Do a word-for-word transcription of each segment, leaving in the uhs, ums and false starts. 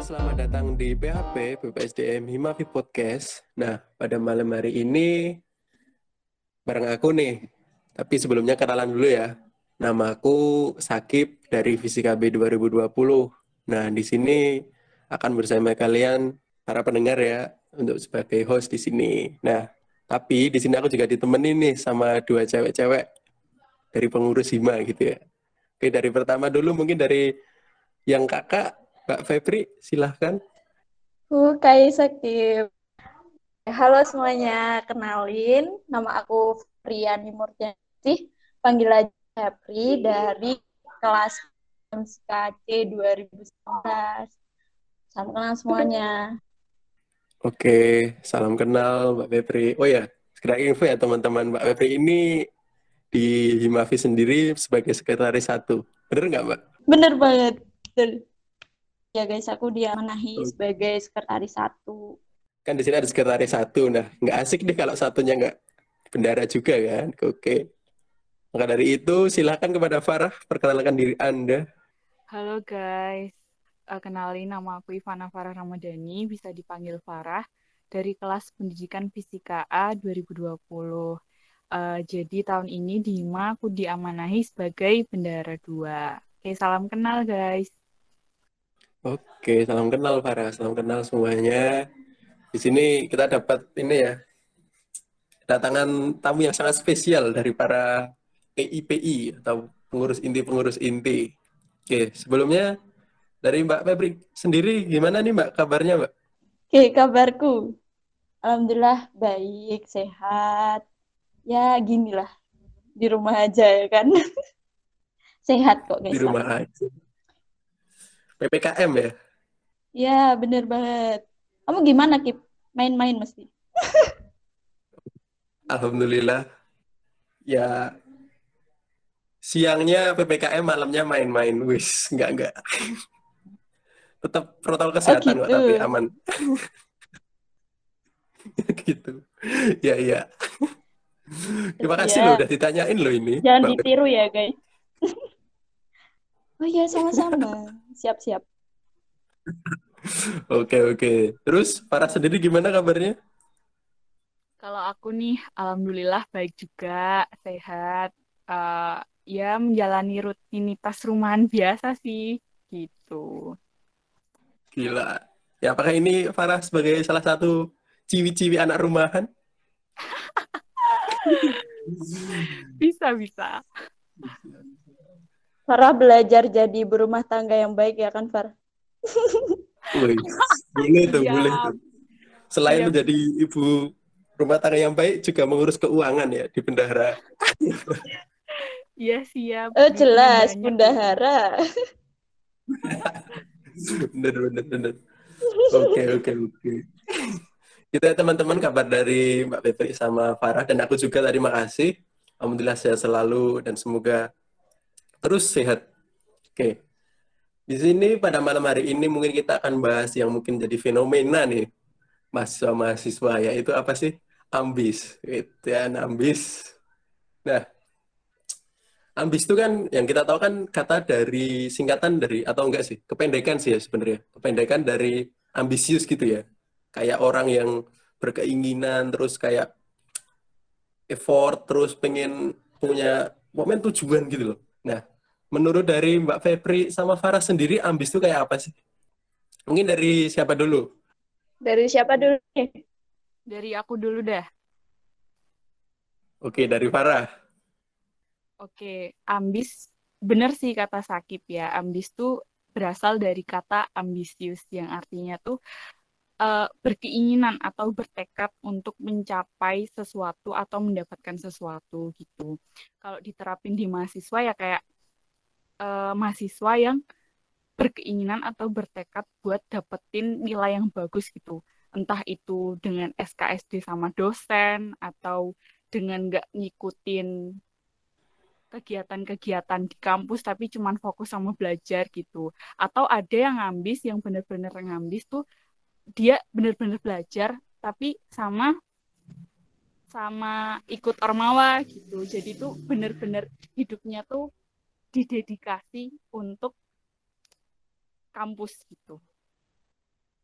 selamat datang di P H P B P S D M Himafi Podcast. Nah, pada malam hari ini bareng aku nih. Tapi sebelumnya kenalan dulu ya. Nama aku Sakib dari Fisika B dua ribu dua puluh. Nah, di sini akan bersama kalian para pendengar ya untuk sebagai host di sini. Nah, tapi di sini aku juga ditemenin nih sama dua cewek-cewek dari pengurus Hima gitu ya. Oke, dari pertama dulu mungkin dari yang kakak, Mbak Febri, silahkan. Hukai Sakib. Halo semuanya, kenalin nama aku Friani Murtianti, panggil aja Febri dari kelas M S K C dua ribu sembilan belas. Salam kenal semuanya. Oke, salam kenal Mbak Febri. Oh ya, sekedar info ya teman-teman, Mbak Febri ini di Himafi sendiri sebagai sekretaris satu. Bener nggak Mbak? Bener banget. Betul. Ya guys, aku diamanahi Oh, sebagai sekretaris satu. kan di sini ada sekretaris satu. Nah, nggak asik deh kalau satunya nggak bendara juga kan. Oke. Maka dari itu, silahkan kepada Farah, perkenalkan diri Anda. Halo guys, Eh, kenalin nama aku Ivana Farah Ramadhani, bisa dipanggil Farah, dari kelas Pendidikan Fisika A dua ribu dua puluh. Eh, jadi tahun ini di Hima aku diamanahi sebagai bendara dua. Oke, salam kenal guys. Oke, salam kenal Farah, salam kenal semuanya. Di sini kita dapat ini ya, kedatangan tamu yang sangat spesial dari para P I P I atau pengurus inti-pengurus inti. Oke, sebelumnya dari Mbak Febri sendiri gimana nih Mbak kabarnya Mbak? Oke, kabarku. Alhamdulillah baik, sehat. Ya ginilah, di rumah aja ya kan. Sehat kok Di guys rumah aku. aja. P P K M ya? Ya, bener banget. Kamu gimana, Kip? Main-main mesti. Alhamdulillah. Ya, siangnya P P K M, malamnya main-main. Wis, enggak enggak. Tetap protokol Oh kesehatan kok, gitu. tapi aman. Gitu. Ya, iya. Terima kasih loh Siap. udah ditanyain loh ini, Jangan Mbak Febri. ditiru ya, guys. Oh iya, sama-sama. Siap-siap. Oke, oke. Terus, Farah sendiri gimana kabarnya? Kalau aku nih, alhamdulillah baik juga, sehat. Eh, ya menjalani rutinitas rumahan biasa sih, gitu. Gila. Ya, apakah ini Farah sebagai salah satu ciwi-ciwi anak rumahan? Bisa bisa. Farah belajar jadi berumah tangga yang baik ya kan, Far? Wih, boleh tuh, boleh tuh. Siap, Selain siap. menjadi ibu rumah tangga yang baik, juga mengurus keuangan ya di bendahara. Iya siap, Oh duitnya jelas, banyak loh. bundahara. Bener, bener, bener. Oke, oke, oke. Kita teman-teman kabar dari Mbak Febri sama Farah, dan aku juga tadi makasih. Alhamdulillah sehat selalu dan semoga terus sehat. Oke. Di sini pada malam hari ini mungkin kita akan bahas yang mungkin jadi fenomena nih mahasiswa-mahasiswa, yaitu apa sih? Ambis. Itu ya, ambis. Nah, ambis itu kan yang kita tahu kan kata dari singkatan dari atau enggak sih? Kependekan sih ya sebenarnya. Kependekan dari ambisius gitu ya. Kayak orang yang berkeinginan terus kayak effort terus pengen punya momen tujuan gitu loh. Nah, menurut dari Mbak Febri sama Farah sendiri ambis itu kayak apa sih? Mungkin dari siapa dulu? Dari siapa dulu nih? Dari aku dulu dah. Oke, dari Farah. Oke, ambis bener sih kata Sakip ya. Ambis tuh berasal dari kata ambisius yang artinya tuh eh, berkeinginan atau bertekad untuk mencapai sesuatu atau mendapatkan sesuatu gitu. Kalau diterapin di mahasiswa ya kayak eh, mahasiswa yang berkeinginan atau bertekad buat dapetin nilai yang bagus gitu. Entah itu dengan S K S D sama dosen atau dengan nggak ngikutin kegiatan-kegiatan di kampus tapi cuman fokus sama belajar gitu. Atau ada yang ngambis, yang bener-bener ngambis tuh dia bener-bener belajar tapi sama sama ikut ormawa gitu. Jadi tuh bener-bener hidupnya tuh didedikasi untuk kampus gitu.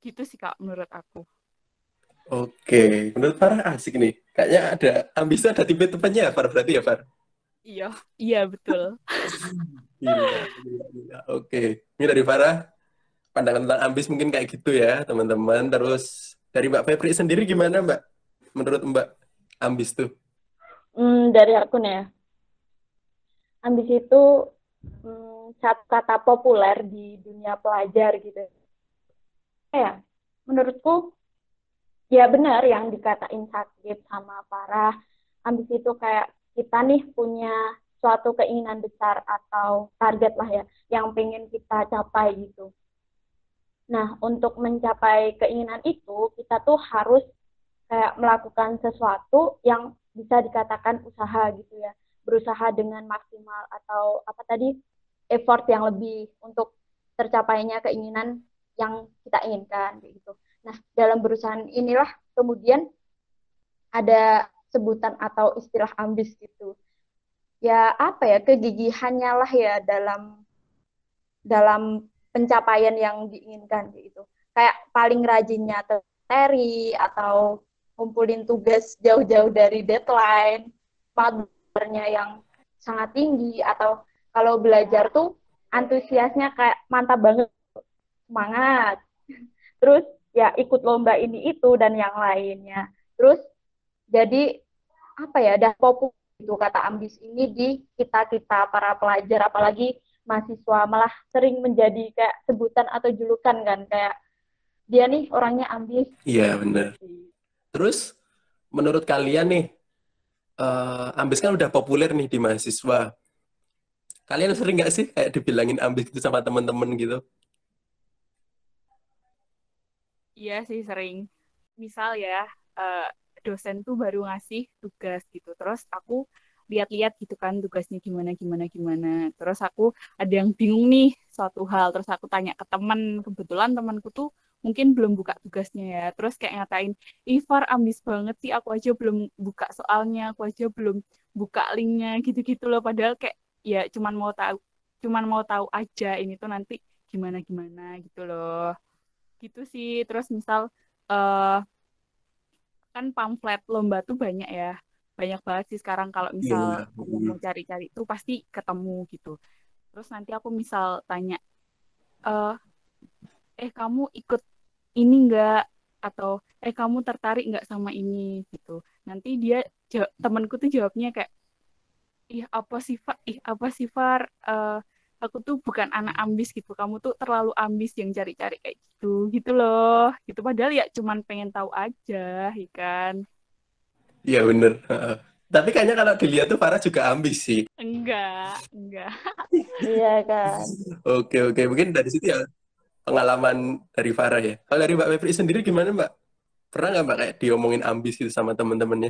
Gitu sih Kak menurut aku. Oke, menurut Farah asik nih. Kayaknya ada ambisi, ada tipe-tipenya ya, Far, berarti ya, Far? Iya, iya betul. Gila, gila, gila. Oke, ini dari Farah, pandangan tentang ambis mungkin kayak gitu ya, teman-teman. Terus dari Mbak Febri sendiri gimana, Mbak? Menurut Mbak, ambis tuh? Hmm, dari aku nih ya, ambisi itu hmm, satu kata populer di dunia pelajar gitu. Ya, menurutku ya benar yang dikatain Sakib sama Farah. Ambisi itu kayak kita nih punya suatu keinginan besar atau target lah ya, yang pengen kita capai gitu. Nah, untuk mencapai keinginan itu, kita tuh harus kayak melakukan sesuatu yang bisa dikatakan usaha gitu ya. Berusaha dengan maksimal atau apa tadi, effort yang lebih untuk tercapainya keinginan yang kita inginkan gitu. Nah, dalam berusaha inilah kemudian ada sebutan atau istilah ambis gitu. Ya apa ya, kegigihannya lah ya dalam dalam pencapaian yang diinginkan gitu. Kayak paling rajinnya teri atau ngumpulin tugas jauh-jauh dari deadline, magernya yang sangat tinggi, atau kalau belajar tuh antusiasnya kayak mantap banget, semangat. Terus ya ikut lomba ini itu dan yang lainnya. Terus jadi apa ya, dah populer itu kata ambis ini di kita-kita para pelajar, apalagi mahasiswa, malah sering menjadi kayak sebutan atau julukan kan, kayak dia nih orangnya ambis. Iya, benar. Terus, menurut kalian nih, eh, ambis kan udah populer nih di mahasiswa. Kalian sering nggak sih kayak dibilangin ambis gitu sama teman-teman gitu? Iya sih sering. Misal ya, eh, dosen tuh baru ngasih tugas gitu. Terus aku lihat-lihat gitu kan tugasnya gimana gimana gimana. Terus aku ada yang bingung nih suatu hal. Terus aku tanya ke teman. Kebetulan temanku tuh mungkin belum buka tugasnya ya. Terus kayak ngatain, Ifar ambis banget sih. Aku aja belum buka soalnya. Aku aja belum buka linknya gitu-gitu loh. Padahal kayak ya cuman mau tahu, cuman mau tahu aja ini tuh nanti gimana gimana gitu loh. Gitu sih. Terus misal eh kan pamflet lomba tuh banyak ya. Banyak banget sih sekarang kalau misal Iya. ada yang mau cari-cari tuh pasti ketemu gitu. Terus nanti aku misal tanya, eh eh kamu ikut ini enggak, atau eh kamu tertarik nggak sama ini gitu. Nanti dia ja- temanku tuh jawabnya kayak, ih apa sih Far, ih apa sih Far, Eh, aku tuh bukan anak ambis gitu, kamu tuh terlalu ambis yang cari-cari kayak gitu gitu loh gitu, padahal ya cuman pengen tahu aja ya kan. Iya, bener. Heeh. Tapi kayaknya kalau dilihat tuh Farah juga ambis sih. Enggak, enggak. Iya kan. Oke, oke. Mungkin dari situ ya pengalaman dari Farah ya. Kalau dari Mbak Febri sendiri gimana, Mbak? Pernah nggak Mbak kayak diomongin ambis gitu sama temen-temennya?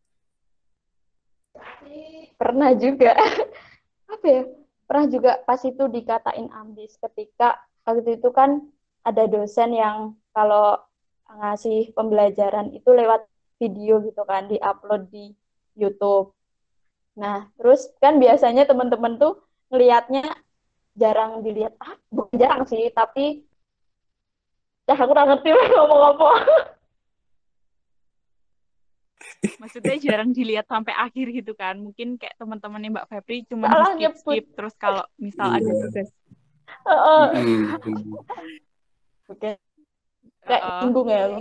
Pernah juga. Apa ya? Pernah juga pas itu dikatain ambis ketika waktu itu kan ada dosen yang kalau ngasih pembelajaran itu lewat video gitu kan, diupload di YouTube. Nah, terus kan biasanya teman-teman tuh ngelihatnya jarang dilihat. Ah, bukan jarang sih, tapi ya aku nggak ngerti lah ngomong apa. Maksudnya jarang dilihat sampai akhir gitu kan, mungkin kayak teman-temannya Mbak Febri cuman di Salah skip nyebut. skip, terus kalau misal ada Iya. tugas. Heeh. Mm-mm. Oke, kayak Heeh. singgung ya aku.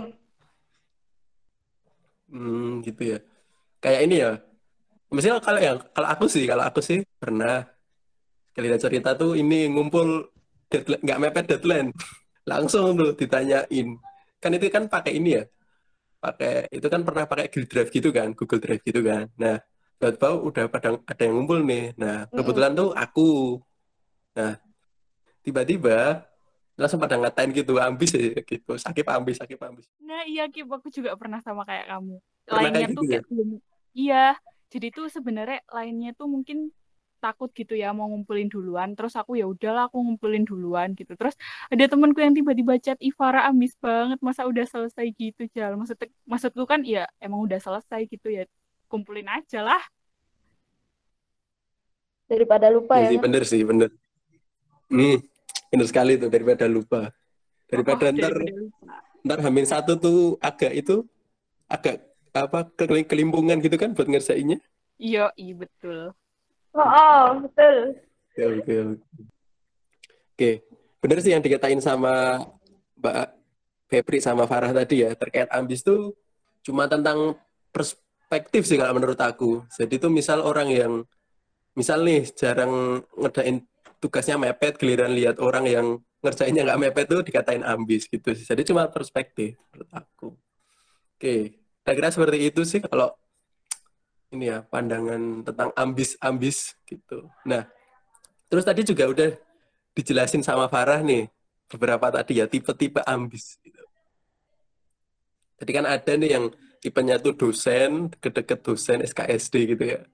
Hmm, gitu ya. Kayak ini ya. Misalnya kalau yang kalau aku sih, kalau aku sih pernah kali ada cerita tuh ini ngumpul deadline, nggak mepet deadline. Langsung tuh ditanyain. Kan itu kan pakai ini ya. Pakai itu kan pernah pakai Google Drive gitu kan, Google Drive gitu kan. Nah, tiba-tiba udah pada ada yang ngumpul nih. Nah, Mm-mm. kebetulan tuh aku. Nah, tiba-tiba langsung pada ngatain gitu, ambis ya gitu. Sakit ambis, sakit ambis. Nah iya Kip, aku juga pernah sama kayak kamu. Pernah Lainnya kayak tuh gitu ya? kayak belum. Iya, jadi tuh sebenarnya lainnya tuh mungkin takut gitu ya mau ngumpulin duluan. Terus aku ya udahlah aku ngumpulin duluan gitu. Terus ada temanku yang tiba-tiba chat, Ivara ambis banget, masa udah selesai gitu Jal. Maksud maksudku kan ya emang udah selesai gitu ya. Kumpulin aja lah. Daripada lupa Iya ya sih, kan. bener sih, bener. Hmm, bener sekali tuh daripada lupa. Daripada Oh, ntar daripada lupa. ntar hamil satu tuh agak itu agak apa keling- kelimpungan gitu kan buat ngerjainnya. Iya, iya betul. Oh, oh, betul. Oke, oke, oke. Oke, bener sih yang dikatain sama Mbak Febri sama Farah tadi ya, terkait ambis tuh cuma tentang perspektif sih kalau menurut aku. Jadi tuh misal orang yang, misal nih jarang ngerjain tugasnya mepet, giliran lihat orang yang ngerjainnya nggak mepet tuh dikatain ambis gitu sih. Jadi cuma perspektif menurut aku. Oke, saya kira seperti itu sih kalau ini ya, pandangan tentang ambis-ambis gitu. Nah, terus tadi juga udah dijelasin sama Farah nih, beberapa tadi ya, tipe-tipe ambis. Gitu. Jadi kan ada nih yang tipenya tuh dosen, deket-deket dosen S K S D gitu ya.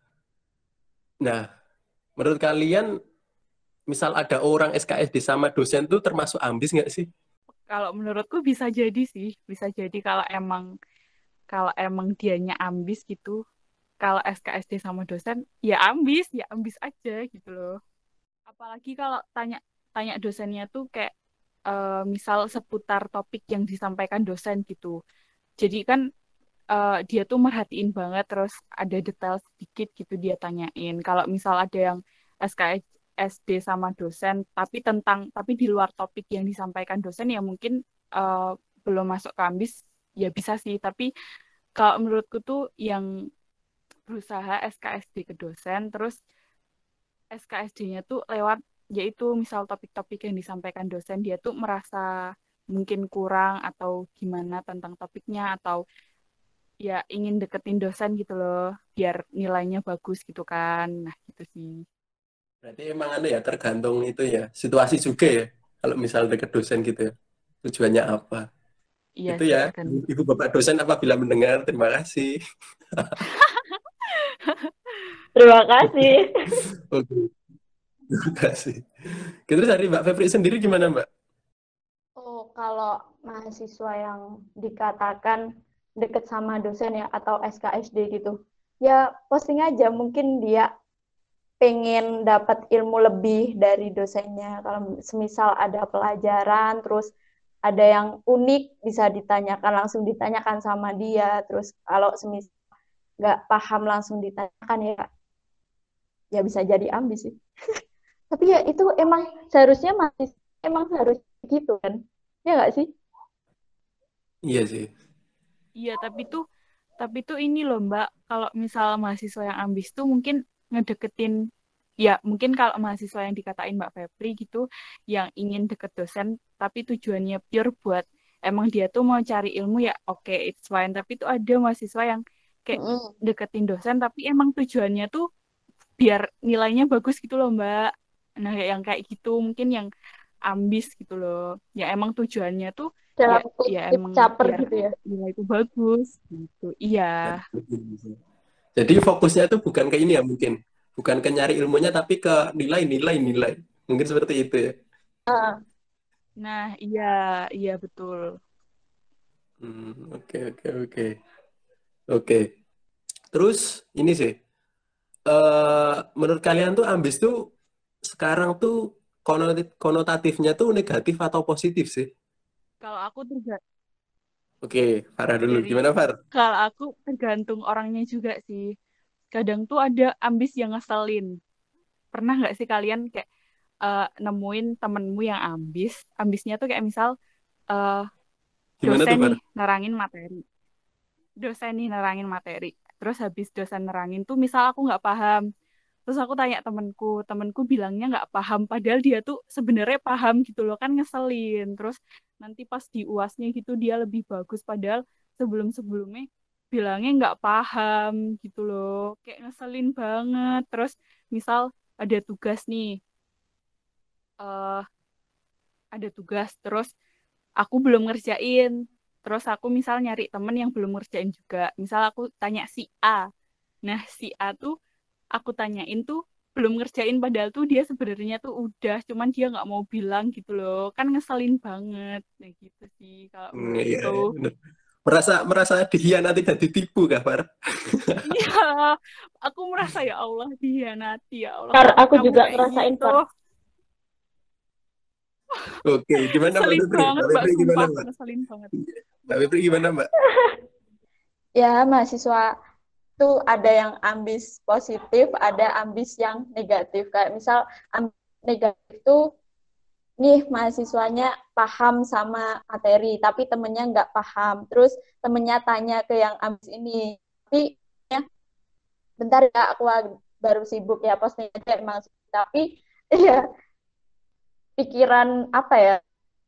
Nah, menurut kalian, misal ada orang S K S D sama dosen tuh termasuk ambis nggak sih? Kalau menurutku bisa jadi sih, bisa jadi kalau emang kalau emang dianya ambis gitu, kalau S K S D sama dosen, ya ambis, ya ambis aja gitu loh. Apalagi kalau tanya tanya dosennya tuh kayak eh, misal seputar topik yang disampaikan dosen gitu. Jadi kan eh, dia tuh merhatiin banget terus ada detail sedikit gitu dia tanyain. Kalau misal ada yang S K S D sama dosen tapi tentang tapi di luar topik yang disampaikan dosen ya mungkin eh, belum masuk ke ambis ya bisa sih. Tapi kalau menurutku tuh yang berusaha S K S D ke dosen terus S K S D-nya tuh lewat yaitu misal topik-topik yang disampaikan dosen dia tuh merasa mungkin kurang atau gimana tentang topiknya atau ya ingin deketin dosen gitu loh biar nilainya bagus gitu kan. Nah gitu sih. Berarti emang ada ya, tergantung itu ya, situasi juga ya. Kalau misal deket dosen gitu ya, tujuannya apa? Iya Itu sih ya, tergantung. Ibu Bapak dosen apabila mendengar, terima kasih. Terima kasih. Oke, terima kasih. Terus dari Mbak Febri sendiri gimana, Mbak? Oh, kalau mahasiswa yang dikatakan deket sama dosen ya atau S K S D gitu, ya posting aja. Mungkin dia pengen dapat ilmu lebih dari dosennya. Kalau semisal ada pelajaran, terus ada yang unik bisa ditanyakan langsung ditanyakan sama dia. Terus kalau semisal nggak paham langsung ditanyakan ya, ya bisa jadi ambis sih. Tapi ya itu emang seharusnya masih emang seharusnya gitu kan? Ya nggak sih? Iya sih. Iya tapi tuh tapi tuh ini loh Mbak kalau misal mahasiswa yang ambis tuh mungkin ngedeketin ya mungkin kalau mahasiswa yang dikatain Mbak Febri gitu yang ingin deket dosen tapi tujuannya pure buat emang dia tuh mau cari ilmu ya oke it's fine tapi tuh ada mahasiswa yang kayak Mm-mm. deketin dosen tapi emang tujuannya tuh biar nilainya bagus gitu loh Mbak. Nah, kayak yang kayak gitu mungkin yang ambis gitu loh. Ya emang tujuannya tuh ya Dalam ya kutip emang caper biar gitu ya. nilai itu bagus gitu. Iya. Jadi fokusnya itu bukan ke ini ya mungkin. Bukan ke nyari ilmunya, tapi ke nilai-nilai nilai. Mungkin seperti itu ya. Ah, Nah, iya, iya betul. Hmm, oke, oke, oke. Oke. Terus ini sih, eh menurut kalian tuh ambis tuh sekarang tuh konot- konotatifnya tuh negatif atau positif sih? Kalau aku terga Oke, Farah dulu. dari Gimana, Far? kalau aku tergantung orangnya juga sih. Kadang tuh ada ambis yang ngeselin. Pernah nggak sih kalian kayak eh, nemuin temenmu yang ambis? Ambisnya tuh kayak misal eh, Gimana dosen tuh, Far? nih nerangin materi. Dosen nih nerangin materi. Terus habis dosen nerangin tuh misal aku nggak paham. Terus aku tanya temenku, temenku bilangnya nggak paham, padahal dia tuh sebenarnya paham gitu loh, kan ngeselin. Terus nanti pas di UASnya gitu dia lebih bagus, padahal sebelum-sebelumnya bilangnya nggak paham gitu loh, kayak ngeselin banget. Terus misal ada tugas nih, eh ada tugas, terus aku belum ngerjain. Terus aku misal nyari temen yang belum ngerjain juga. Misal aku tanya si A. Nah, si A tuh aku tanyain tuh belum ngerjain padahal tuh dia sebenarnya tuh udah cuman dia nggak mau bilang gitu loh kan ngeselin banget nah gitu sih kalau Hmm, iya, menurutku iya, bener. Merasa merasa dikhianati dan ditipu kah, Far? iya aku merasa ya Allah dihianati ya Allah Far, kenapa aku kamu juga kayak ngerasain gitu Far. Oke, gimana Mbak Ngeselin Febri? banget, Mbak Mbak, Febri gimana sumpah. Mbak? Ngeselin banget. Mbak Febri gimana Mbak? Ya, mahasiswa itu ada yang ambis positif, ada ambis yang negatif. Kayak misal ambis negatif itu nih mahasiswanya paham sama materi, tapi temennya nggak paham. Terus temennya tanya ke yang ambis ini, tapi ya bentar ya aku baru sibuk ya posting aja emang. Tapi ya pikiran apa ya,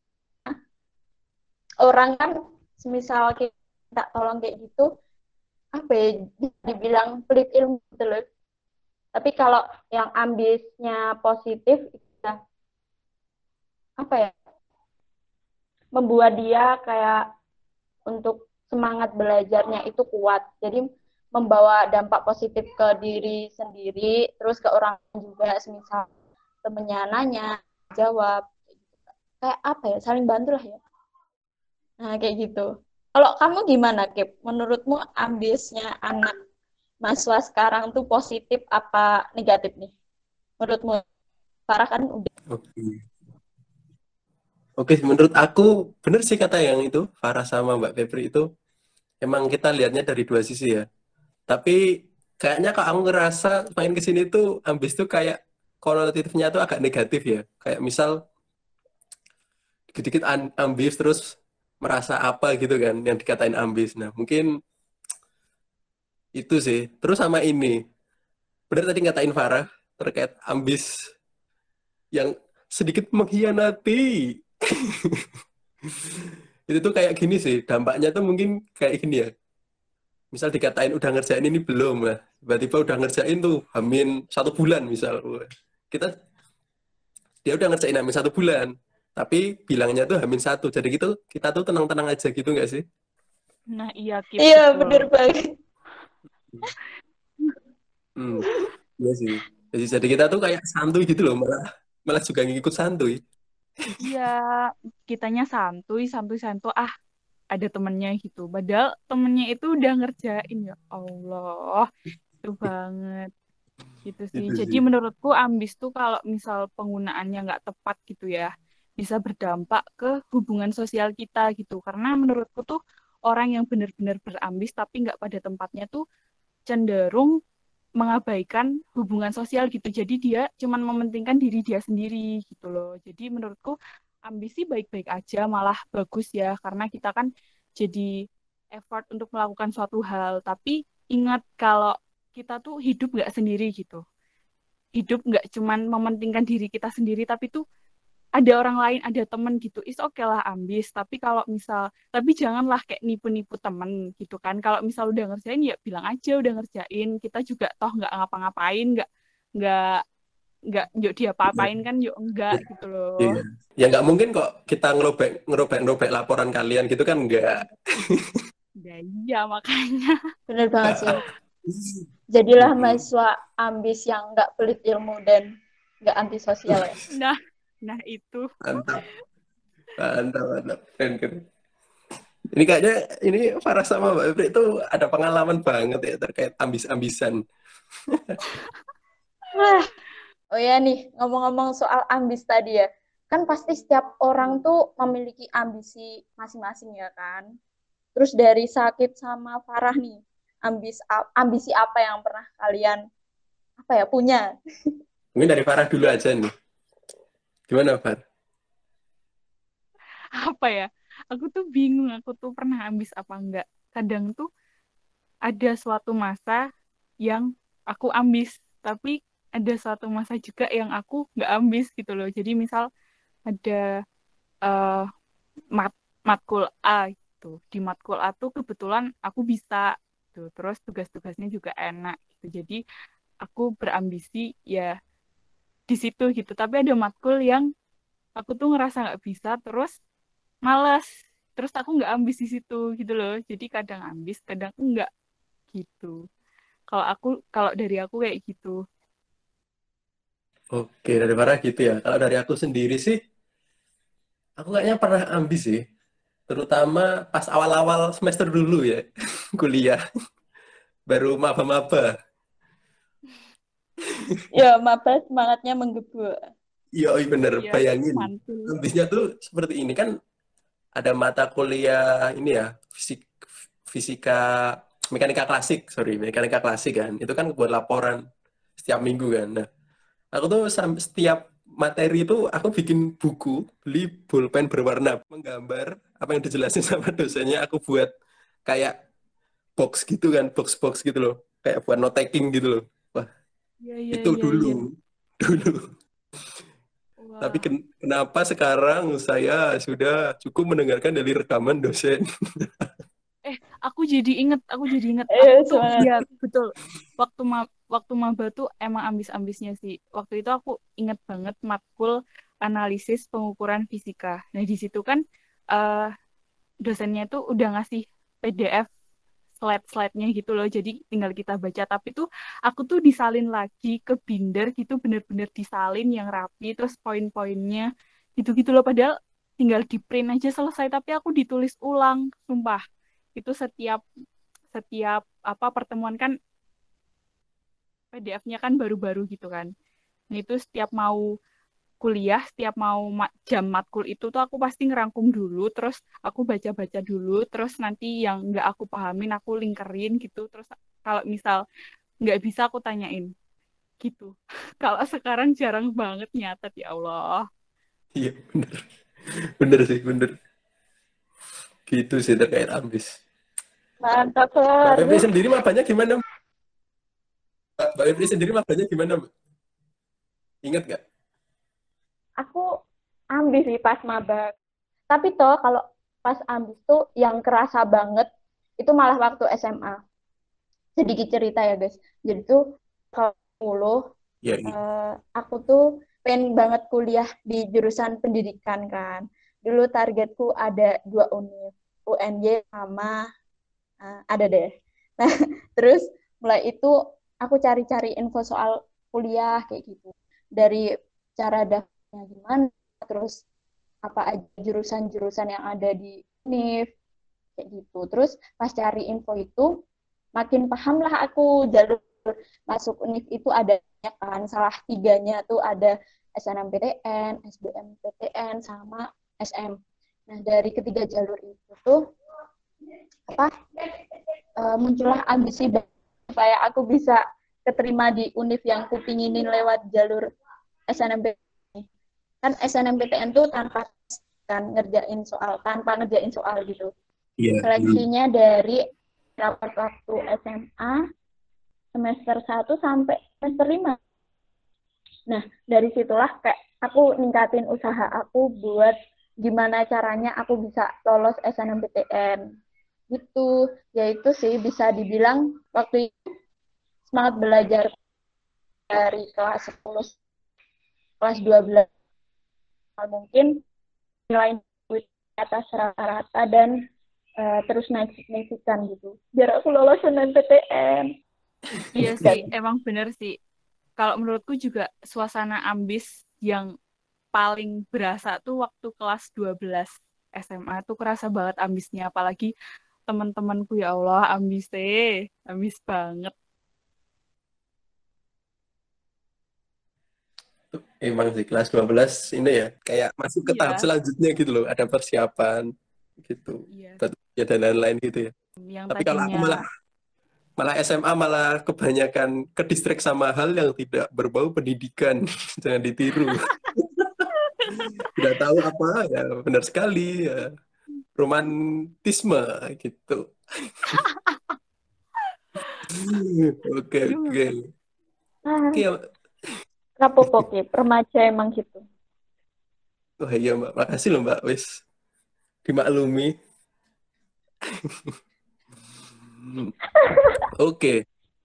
orang kan semisal kita tolong kayak gitu, apa ya, dibilang pelit ilmu gitu loh. Tapi kalau yang ambisnya positif, ya, apa ya, membuat dia kayak untuk semangat belajarnya itu kuat. Jadi membawa dampak positif ke diri sendiri, terus ke orang juga, semisal temennya nanya, jawab. Kayak apa ya, saling bantu lah ya. Nah, kayak gitu. Kalau kamu gimana, Kip? Menurutmu ambisnya anak mahasiswa sekarang tuh positif apa negatif nih? Menurutmu, Farah kan udah. Oke. Oke, menurut aku bener sih kata yang itu, Farah sama Mbak Febri itu emang kita lihatnya dari dua sisi ya. Tapi kayaknya kalau aku ngerasa main ke sini tuh ambis tuh kayak konotatifnya tuh agak negatif ya. Kayak misal dikit-dikit an- ambis terus merasa apa gitu kan yang dikatain ambis. Nah, mungkin itu sih. Terus sama ini. Bener tadi ngatain Farah terkait ambis yang sedikit mengkhianati. Itu tuh kayak gini sih. Dampaknya tuh mungkin kayak gini ya. Misal dikatain udah ngerjain ini belum lah. Tiba-tiba udah ngerjain tuh hamin satu bulan misal. Wah, kita dia udah ngerjain hamin satu bulan. Tapi bilangnya tuh hamin satu. Jadi gitu kita tuh tenang-tenang aja gitu nggak sih? Nah, iya, Kip, Iya, betul. bener banget. Hmm, iya sih. Jadi, jadi kita tuh kayak santuy gitu loh, malah malah juga ngikut santuy. Iya, kitanya santuy, santuy-santuy, ah, ada temennya gitu. Padahal temennya itu udah ngerjain, ya Allah. Itu banget. Gitu sih. Itu Jadi sih. menurutku ambis tuh kalau misal penggunaannya nggak tepat gitu ya, bisa berdampak ke hubungan sosial kita gitu. Karena menurutku tuh orang yang benar-benar berambis tapi nggak pada tempatnya tuh cenderung mengabaikan hubungan sosial gitu. Jadi dia cuman mementingkan diri dia sendiri gitu loh. Jadi menurutku ambisi baik-baik aja, malah bagus ya. Karena kita kan jadi effort untuk melakukan suatu hal. Tapi ingat kalau kita tuh hidup nggak sendiri gitu. Hidup nggak cuman mementingkan diri kita sendiri, tapi tuh ada orang lain, ada temen gitu. Is oke lah ambis, tapi kalau misal, tapi janganlah kayak nipu-nipu temen gitu kan. Kalau misal udah ngerjain ya bilang aja udah ngerjain. Kita juga toh nggak ngapa-ngapain, nggak nggak nggak yuk dia Iya. apa-apain kan yuk enggak gitu loh. Iya. Ya nggak mungkin kok kita ngerobek ngerobek ngerobek laporan kalian gitu kan nggak. Ya iya makanya. Bener banget sih. Jadilah Mm-mm. mahasiswa ambis yang nggak pelit ilmu dan nggak antisosial ya. Nah, nah itu. Mantap, mantap, mantap. Keren, keren. Ini kayaknya ini Farah sama Mbak Febri itu ada pengalaman banget ya terkait ambis-ambisan. Wah, oh ya nih, ngomong-ngomong soal ambis tadi ya. Kan pasti setiap orang tuh memiliki ambisi masing-masing ya kan. Terus dari Sakit sama Farah nih, ambis ambisi apa yang pernah kalian apa ya punya? Mungkin dari Farah dulu aja nih. Gimana, Far? Apa ya? Aku tuh bingung, aku tuh pernah ambis apa enggak. Kadang tuh ada suatu masa yang aku ambis, tapi ada suatu masa juga yang aku nggak ambis gitu loh. Jadi misal ada uh, mat matkul A gitu. Di matkul A tuh kebetulan aku bisa tuh. Terus tugas-tugasnya juga enak gitu. Jadi aku berambisi ya di situ gitu. Tapi ada matkul yang aku tuh ngerasa nggak bisa, terus malas. Terus aku nggak ambis di situ gitu loh. Jadi kadang ambis, kadang enggak gitu. Kalau aku, kalau dari aku kayak gitu. Oke, dari Farah gitu ya. Kalau dari aku sendiri sih, aku kayaknya pernah ambis sih. Terutama pas awal-awal semester dulu ya, kuliah. Baru maba-maba. Ya, maba semangatnya menggebu. Iya, iya bener. Iya, Bayangin. mantul. Ambisnya tuh seperti ini kan ada mata kuliah ini ya, fisik, fisika, mekanika klasik, sorry, mekanika klasik kan. Itu kan buat laporan setiap minggu kan. Nah, aku tuh sam- setiap materi itu aku bikin buku, beli pulpen berwarna, menggambar apa yang dijelasin sama dosennya, aku buat kayak box gitu kan, box-box gitu loh. Kayak buat note taking gitu loh. Wah, Iya, iya, itu iya, iya. dulu. Dulu. Tapi Wah. ken- kenapa sekarang saya sudah cukup mendengarkan dari rekaman dosen? Eh, aku jadi inget, aku jadi inget. Ayo Aku tuh, semangat. ya betul. Waktu ma waktu maba tuh emang ambis-ambisnya sih. Waktu itu aku inget banget matkul analisis pengukuran fisika. Nah, di situ kan eh dosennya tuh udah ngasih P D F slide-slide-nya gitu loh. Jadi tinggal kita baca. Tapi tuh aku tuh disalin lagi ke binder gitu, bener-bener disalin yang rapi. Terus poin-poinnya gitu-gitu loh. Padahal tinggal di print aja selesai. Tapi aku ditulis ulang, sumpah. Itu setiap setiap apa pertemuan kan P D F-nya kan baru-baru gitu kan. Nah, itu setiap mau kuliah, setiap mau ma- jam matkul itu tuh aku pasti ngerangkum dulu, terus aku baca-baca dulu, terus nanti yang nggak aku pahamin aku lingkerin gitu, terus kalau misal nggak bisa aku tanyain gitu. Kalau sekarang jarang banget nyatet ya Allah. Iya, bener. Bener sih, bener. Gitu sih terkait ambis. Mantap, Mbak Fer. Febri sendiri mabanya gimana? Mbak Mbak Febri sendiri mabanya gimana, Mbak? Ingat nggak? Aku ambis sih pas maba. Tapi toh kalau pas ambis tuh yang kerasa banget itu malah waktu S M A. Sedikit cerita ya guys. Jadi tuh kalau dulu Iya, iya. eh, aku tuh pengen banget kuliah di jurusan pendidikan kan. Dulu targetku ada dua univ, U N Y sama eh, ada deh. Nah, terus mulai itu aku cari-cari info soal kuliah kayak gitu. Dari cara daftarnya gimana, terus apa aja jurusan-jurusan yang ada di univ kayak gitu. Terus pas cari info itu makin paham lah aku jalur masuk univ itu ada ya kan, salah tiganya tuh ada S N M P T N, S B M P T N sama S M. Nah, dari ketiga jalur itu tuh apa uh, muncullah ambisi supaya aku bisa keterima di univ yang kupinginin lewat jalur S N M P T N. Kan S N M P T N tuh tanpa kan ngerjain soal, tanpa ngerjain soal gitu. Iya. Hmm. Seleksinya dari rapat waktu S M A semester satu sampai semester lima. Nah, dari situlah kayak aku ningkatin usaha aku buat gimana caranya aku bisa lolos S N M P T N. Gitu. Ya itu sih bisa dibilang waktu itu semangat belajar dari kelas sepuluh kelas dua belas mungkin nilai di atas rata-rata dan uh, terus naik signifikan gitu. Biar aku lolos S N M P T N. Iya sih, emang bener sih. Kalau menurutku juga suasana ambis yang paling berasa tuh waktu kelas dua belas S M A tuh kerasa banget ambisnya. Apalagi teman-temanku ya Allah, ambis deh. Ambis banget. Emang sih kelas dua belas ini ya kayak masuk ke tahap Iya, selanjutnya gitu loh, ada persiapan gitu. iya. Ya dan lain-lain gitu ya. Yang Tapi kalau aku tadinya malah malah S M A malah kebanyakan ke distract sama hal yang tidak berbau pendidikan. Jangan ditiru. Tidak tahu apa ya, benar sekali ya. Romantisme gitu. Oke, aduh, oke. Oke, Ah, ya. rapopo ki, remaja emang gitu. Wah iya Mbak, makasih loh Mbak, wis dimaklumi. Oke,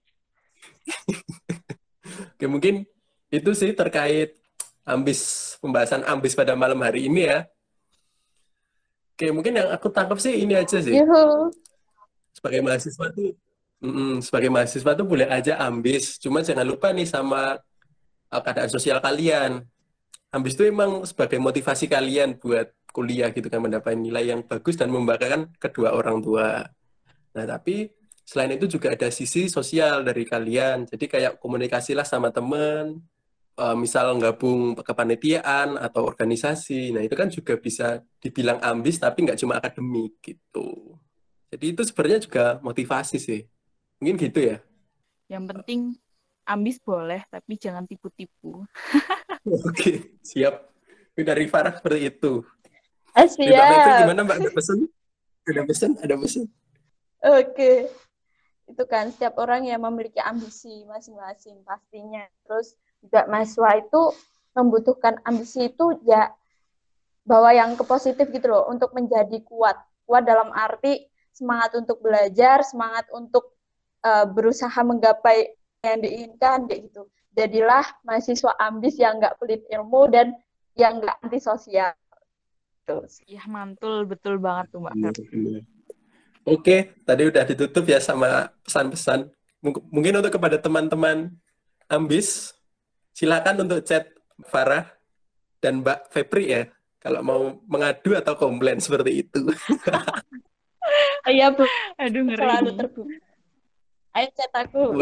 oke mungkin itu sih terkait ambis pembahasan ambis pada malam hari ini ya. Oke, mungkin yang aku tangkap sih ini aja sih. Yuhu. Sebagai mahasiswa tuh, mm, sebagai mahasiswa tuh boleh aja ambis, cuma jangan lupa nih sama uh, keadaan sosial kalian. Ambis itu emang sebagai motivasi kalian buat kuliah gitu kan, mendapat nilai yang bagus dan membanggakan kedua orang tua. Nah, tapi selain itu juga ada sisi sosial dari kalian. Jadi kayak komunikasilah sama teman, uh, misal gabung kepanitiaan atau organisasi, nah itu kan juga bisa dibilang ambis tapi nggak cuma akademik gitu. Jadi itu sebenarnya juga motivasi sih, mungkin gitu ya. Yang penting ambis boleh, tapi jangan tipu-tipu. Oke, siap. Dari Farah seperti itu. Ah, Dari Mbak Febri siap. gimana Mbak? Ada pesan? Ada pesan? Ada pesan? Oke. Itu kan setiap orang yang memiliki ambisi masing-masing pastinya. Terus juga mahasiswa itu membutuhkan ambisi itu ya bawa yang ke positif gitu loh, untuk menjadi kuat. Kuat dalam arti semangat untuk belajar, semangat untuk uh, berusaha menggapai yang diinginkan, kayak gitu. Jadilah mahasiswa ambis yang nggak pelit ilmu dan yang nggak antisosial. Iya, mantul, betul banget tuh Mbak Feb. Oke, tadi udah ditutup ya sama pesan-pesan. Mungkin untuk kepada teman-teman ambis, silakan untuk chat Farah dan Mbak Febri ya, kalau mau mengadu atau komplain seperti itu. Iya, Bu. Aduh, ngeri. Selalu terbuka. Ayo chat aku.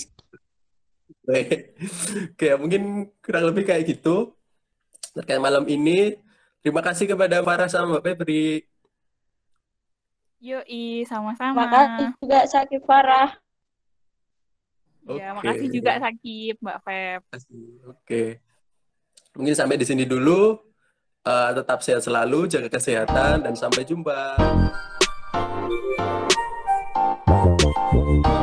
Oke, mungkin kurang lebih kayak gitu terkait malam ini. Terima kasih kepada Farah sama Mbak Febri. Yoi, sama-sama. Makasih juga Sakif Farah. Ya, Oke. makasih juga Sakif, Mbak Feb. Oke. Mungkin sampai di sini dulu. Uh, tetap sehat selalu, jaga kesehatan, dan sampai jumpa.